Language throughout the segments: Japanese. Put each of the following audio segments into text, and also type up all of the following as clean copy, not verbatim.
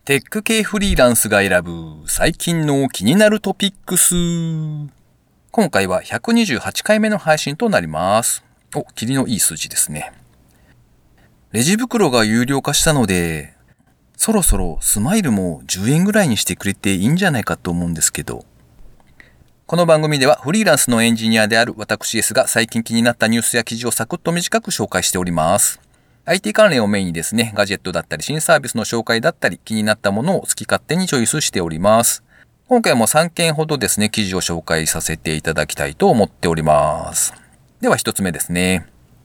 テック系フリーランスが選ぶ最近の気になるトピックス。今回は128回目の配信となります。キリのいい数字ですね。レジ袋が有料化したので、そろそろスマイルも10円ぐらいにしてくれていいんじゃないかと思うんですけど。この番組ではフリーランスのエンジニアである私 S が最近気になったニュースや記事をサクッと短く紹介しております。IT 関連をメインにですね、ガジェットだったり新サービスの紹介だったり気になったものを好き勝手にチョイスしております。今回も3件ほどですね、記事を紹介させていただきたいと思っております。では1つ目ですね。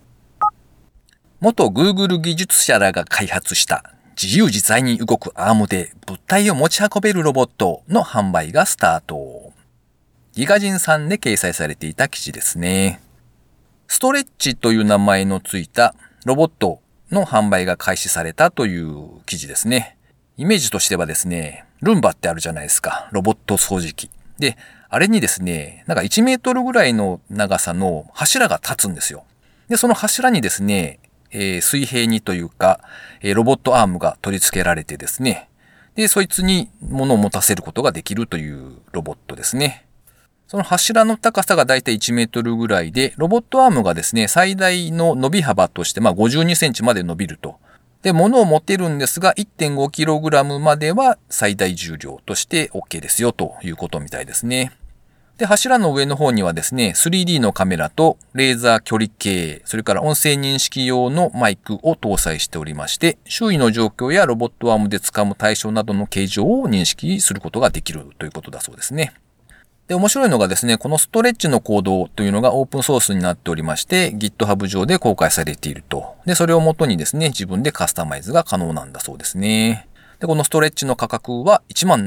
元 Google 技術者らが開発した自由自在に動くアームで物体を持ち運べるロボットの販売がスタート。ギガ人さんで掲載されていた記事ですね。ストレッチという名前のついたロボットの販売が開始されたという記事ですね。イメージとしてはですね、ルンバってあるじゃないですか。ロボット掃除機。で、あれにですね、なんか1メートルぐらいの長さの柱が立つんですよ。で、その柱にですね、水平にというか、ロボットアームが取り付けられてですね、で、そいつに物を持たせることができるというロボットですね。その柱の高さがだいたい1メートルぐらいで、ロボットアームがですね、最大の伸び幅として52センチまで伸びると。で、物を持てるんですが、1.5 キログラムまでは最大重量として OK ですよということみたいですね。で、柱の上の方にはですね、3D のカメラとレーザー距離計、それから音声認識用のマイクを搭載しておりまして、周囲の状況やロボットアームで掴む対象などの形状を認識することができるということだそうですね。で、面白いのがですね、このストレッチのコードというのがオープンソースになっておりまして、GitHub 上で公開されていると。で、それを元にですね、自分でカスタマイズが可能なんだそうですね。で、このストレッチの価格は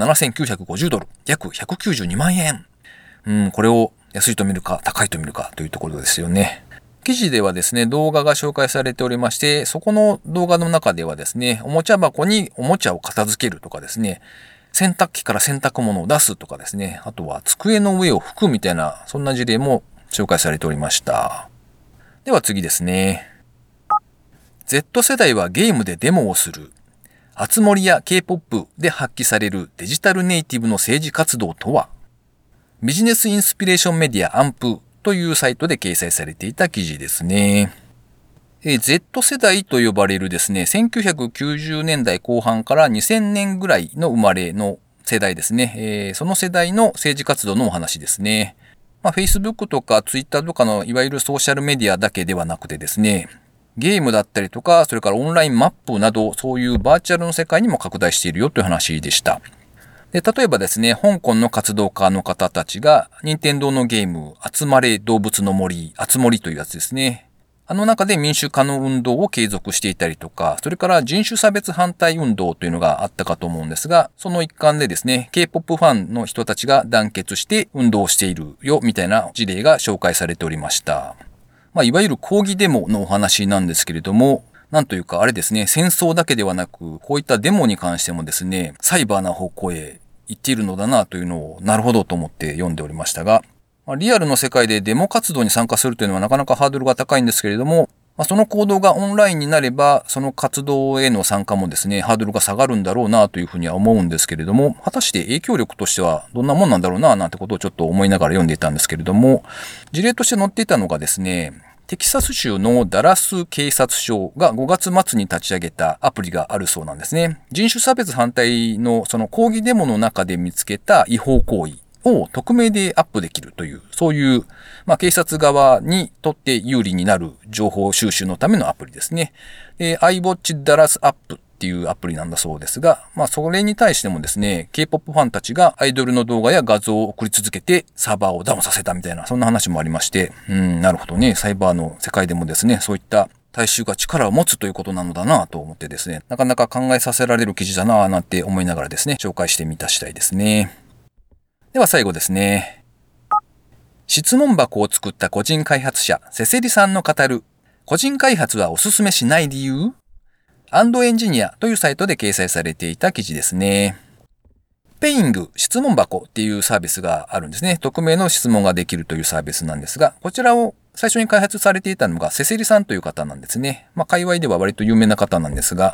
$17,950、約192万円。これを安いと見るか高いと見るかというところですよね。記事ではですね、動画が紹介されておりまして、そこの動画の中ではですね、おもちゃ箱におもちゃを片付けるとかですね、洗濯機から洗濯物を出すとかですね、あとは机の上を拭くみたいな、そんな事例も紹介されておりました。では次ですね。Z 世代はゲームでデモをする。あつ森や K-POP で発揮されるデジタルネイティブの政治活動とは？ビジネスインスピレーションメディアアンプというサイトで掲載されていた記事ですね。Z 世代と呼ばれるですね、1990年代後半から2000年ぐらいの生まれの世代ですね。その世代の政治活動のお話ですね。Facebook とか Twitter とかのいわゆるソーシャルメディアだけではなくてですね、ゲームだったりとか、それからオンラインマップなど、そういうバーチャルの世界にも拡大しているよという話でした。で、例えばですね、香港の活動家の方たちが、任天堂のゲーム、集まれ動物の森、あつ森というやつですね。あの中で民主化の運動を継続していたりとか、それから人種差別反対運動というのがあったかと思うんですが、その一環でですね、K-POP ファンの人たちが団結して運動をしているよ、みたいな事例が紹介されておりました。いわゆる抗議デモのお話なんですけれども、なんというかあれですね、戦争だけではなく、こういったデモに関してもですね、サイバーな方向へ行っているのだなというのを、なるほどと思って読んでおりましたが、リアルの世界でデモ活動に参加するというのはなかなかハードルが高いんですけれども、その行動がオンラインになれば、その活動への参加もですね、ハードルが下がるんだろうなというふうには思うんですけれども、果たして影響力としてはどんなもんなんだろうななんてことをちょっと思いながら読んでいたんですけれども、事例として載っていたのがですね、テキサス州のダラス警察署が5月末に立ち上げたアプリがあるそうなんですね。人種差別反対のその抗議デモの中で見つけた違法行為を匿名でアップできるという、そういう、警察側にとって有利になる情報収集のためのアプリですね。iWatch Dallas App っていうアプリなんだそうですが、それに対してもですね、K-POP ファンたちがアイドルの動画や画像を送り続けてサーバーをダウンさせたみたいな、そんな話もありまして、なるほどね、サイバーの世界でもですね、そういった大衆が力を持つということなのだなと思ってですね、なかなか考えさせられる記事だななんて思いながらですね、紹介してみた次第ですね。では最後ですね。質問箱を作った個人開発者、セセリさんの語る、個人開発はおすすめしない理由？アンドエンジニアというサイトで掲載されていた記事ですね。ペイング質問箱っていうサービスがあるんですね。匿名の質問ができるというサービスなんですが、こちらを最初に開発されていたのがセセリさんという方なんですね。界隈では割と有名な方なんですが、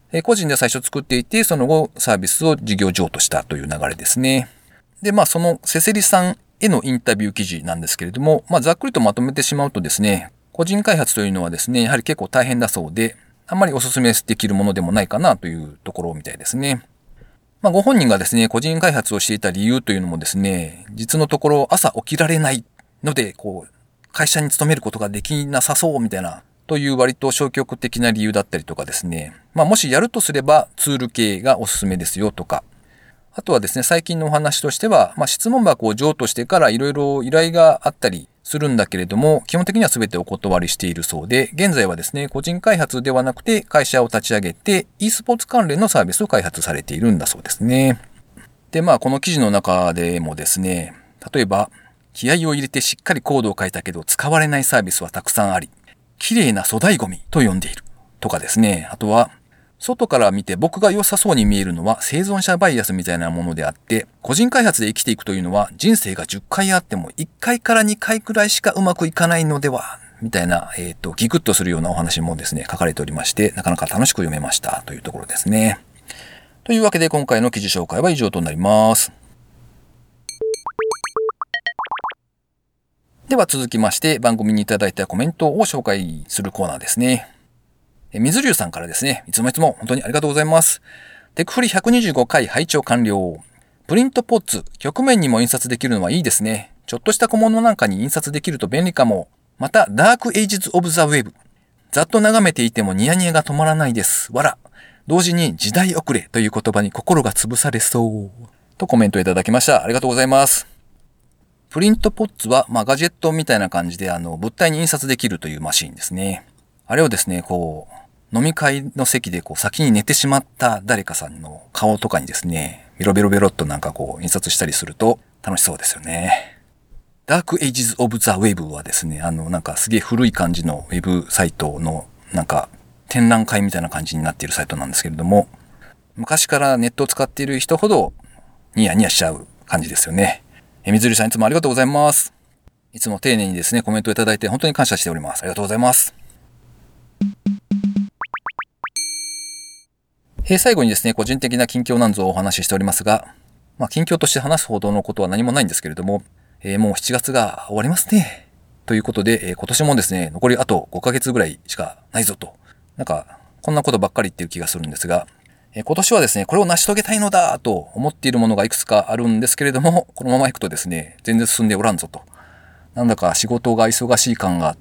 個人で最初作っていて、その後サービスを事業譲渡したという流れですね。で、そのセセリさんへのインタビュー記事なんですけれども、ざっくりとまとめてしまうとですね、個人開発というのはですね、やはり結構大変だそうで、あんまりお勧めできるものでもないかなというところみたいですね。ご本人がですね、個人開発をしていた理由というのもですね、実のところ朝起きられないので、会社に勤めることができなさそうみたいな、という割と消極的な理由だったりとかですね。もしやるとすればツール系がおすすめですよとか。あとはですね、最近のお話としては、質問箱を譲渡してからいろいろ依頼があったりするんだけれども、基本的には全てお断りしているそうで、現在はですね、個人開発ではなくて会社を立ち上げて e スポーツ関連のサービスを開発されているんだそうですね。で、この記事の中でもですね、例えば、気合を入れてしっかりコードを書いたけど使われないサービスはたくさんあり、綺麗な粗大ゴミと呼んでいるとかですね。あとは、外から見て僕が良さそうに見えるのは生存者バイアスみたいなものであって、個人開発で生きていくというのは人生が10回あっても1回から2回くらいしかうまくいかないのではみたいな、ギクッとするようなお話もですね、書かれておりまして、なかなか楽しく読めましたというところですね。というわけで今回の記事紹介は以上となります。では続きまして番組にいただいたコメントを紹介するコーナーですね。水流さんからですね、いつも本当にありがとうございます。テクフリ125回拝聴完了。プリントポッツ、曲面にも印刷できるのはいいですね。ちょっとした小物なんかに印刷できると便利かも。また、ダークエイジズ・オブ・ザ・ウェブ。ざっと眺めていてもニヤニヤが止まらないです。わら。同時に時代遅れという言葉に心が潰されそう。とコメントいただきました。ありがとうございます。プリントポッツは、ガジェットみたいな感じで、物体に印刷できるというマシンですね。あれをですね、飲み会の席で先に寝てしまった誰かさんの顔とかにですね、ベロベロベロっと印刷したりすると楽しそうですよね。ダークエイジズ・オブ・ザ・ウェブはですね、すげえ古い感じのウェブサイトの展覧会みたいな感じになっているサイトなんですけれども、昔からネットを使っている人ほどニヤニヤしちゃう感じですよね。水流さんいつもありがとうございます。いつも丁寧にですね、コメントをいただいて本当に感謝しております。ありがとうございます。最後にですね、個人的な近況なんぞをお話ししておりますが、近況として話すほどのことは何もないんですけれども、もう7月が終わりますね。ということで、今年もですね、残りあと5ヶ月ぐらいしかないぞと。こんなことばっかり言ってる気がするんですが、今年はですね、これを成し遂げたいのだと思っているものがいくつかあるんですけれども、このまま行くとですね、全然進んでおらんぞと。なんだか仕事が忙しい感があって、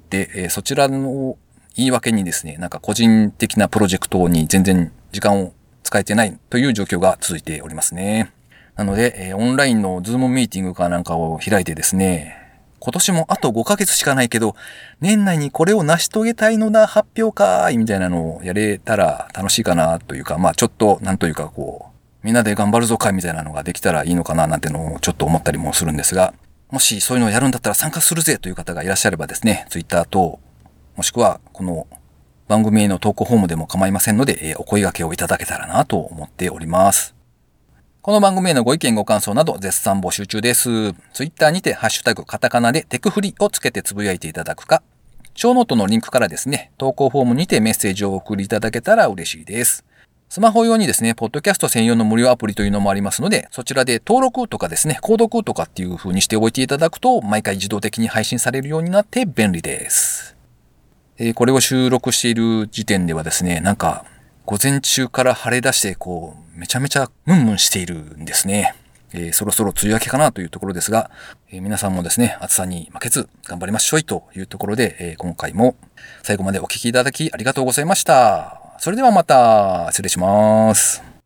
そちらの言い訳にですね、個人的なプロジェクトに全然時間を使えてないという状況が続いておりますね。なので、オンラインのズームミーティングかなんかを開いてですね、今年もあと5ヶ月しかないけど、年内にこれを成し遂げたいのだ発表会みたいなのをやれたら楽しいかなというか、ちょっとみんなで頑張るぞ会みたいなのができたらいいのかななんてのをちょっと思ったりもするんですが、もしそういうのをやるんだったら参加するぜという方がいらっしゃればですね、ツイッター等、もしくはこの番組への投稿フォームでも構いませんので、お声掛けをいただけたらなと思っております。この番組へのご意見ご感想など絶賛募集中です。ツイッターにてハッシュタグカタカナでテクフリをつけてつぶやいていただくか、ショーノートのリンクからですね、投稿フォームにてメッセージをお送りいただけたら嬉しいです。スマホ用にですね、ポッドキャスト専用の無料アプリというのもありますので、そちらで登録とかですね、購読とかっていう風にしておいていただくと、毎回自動的に配信されるようになって便利です。これを収録している時点ではですね、午前中から晴れ出してめちゃめちゃムンムンしているんですね。そろそろ梅雨明けかなというところですが、皆さんもですね、暑さに負けず頑張りましょいというところで、今回も最後までお聞きいただきありがとうございました。それではまた失礼します。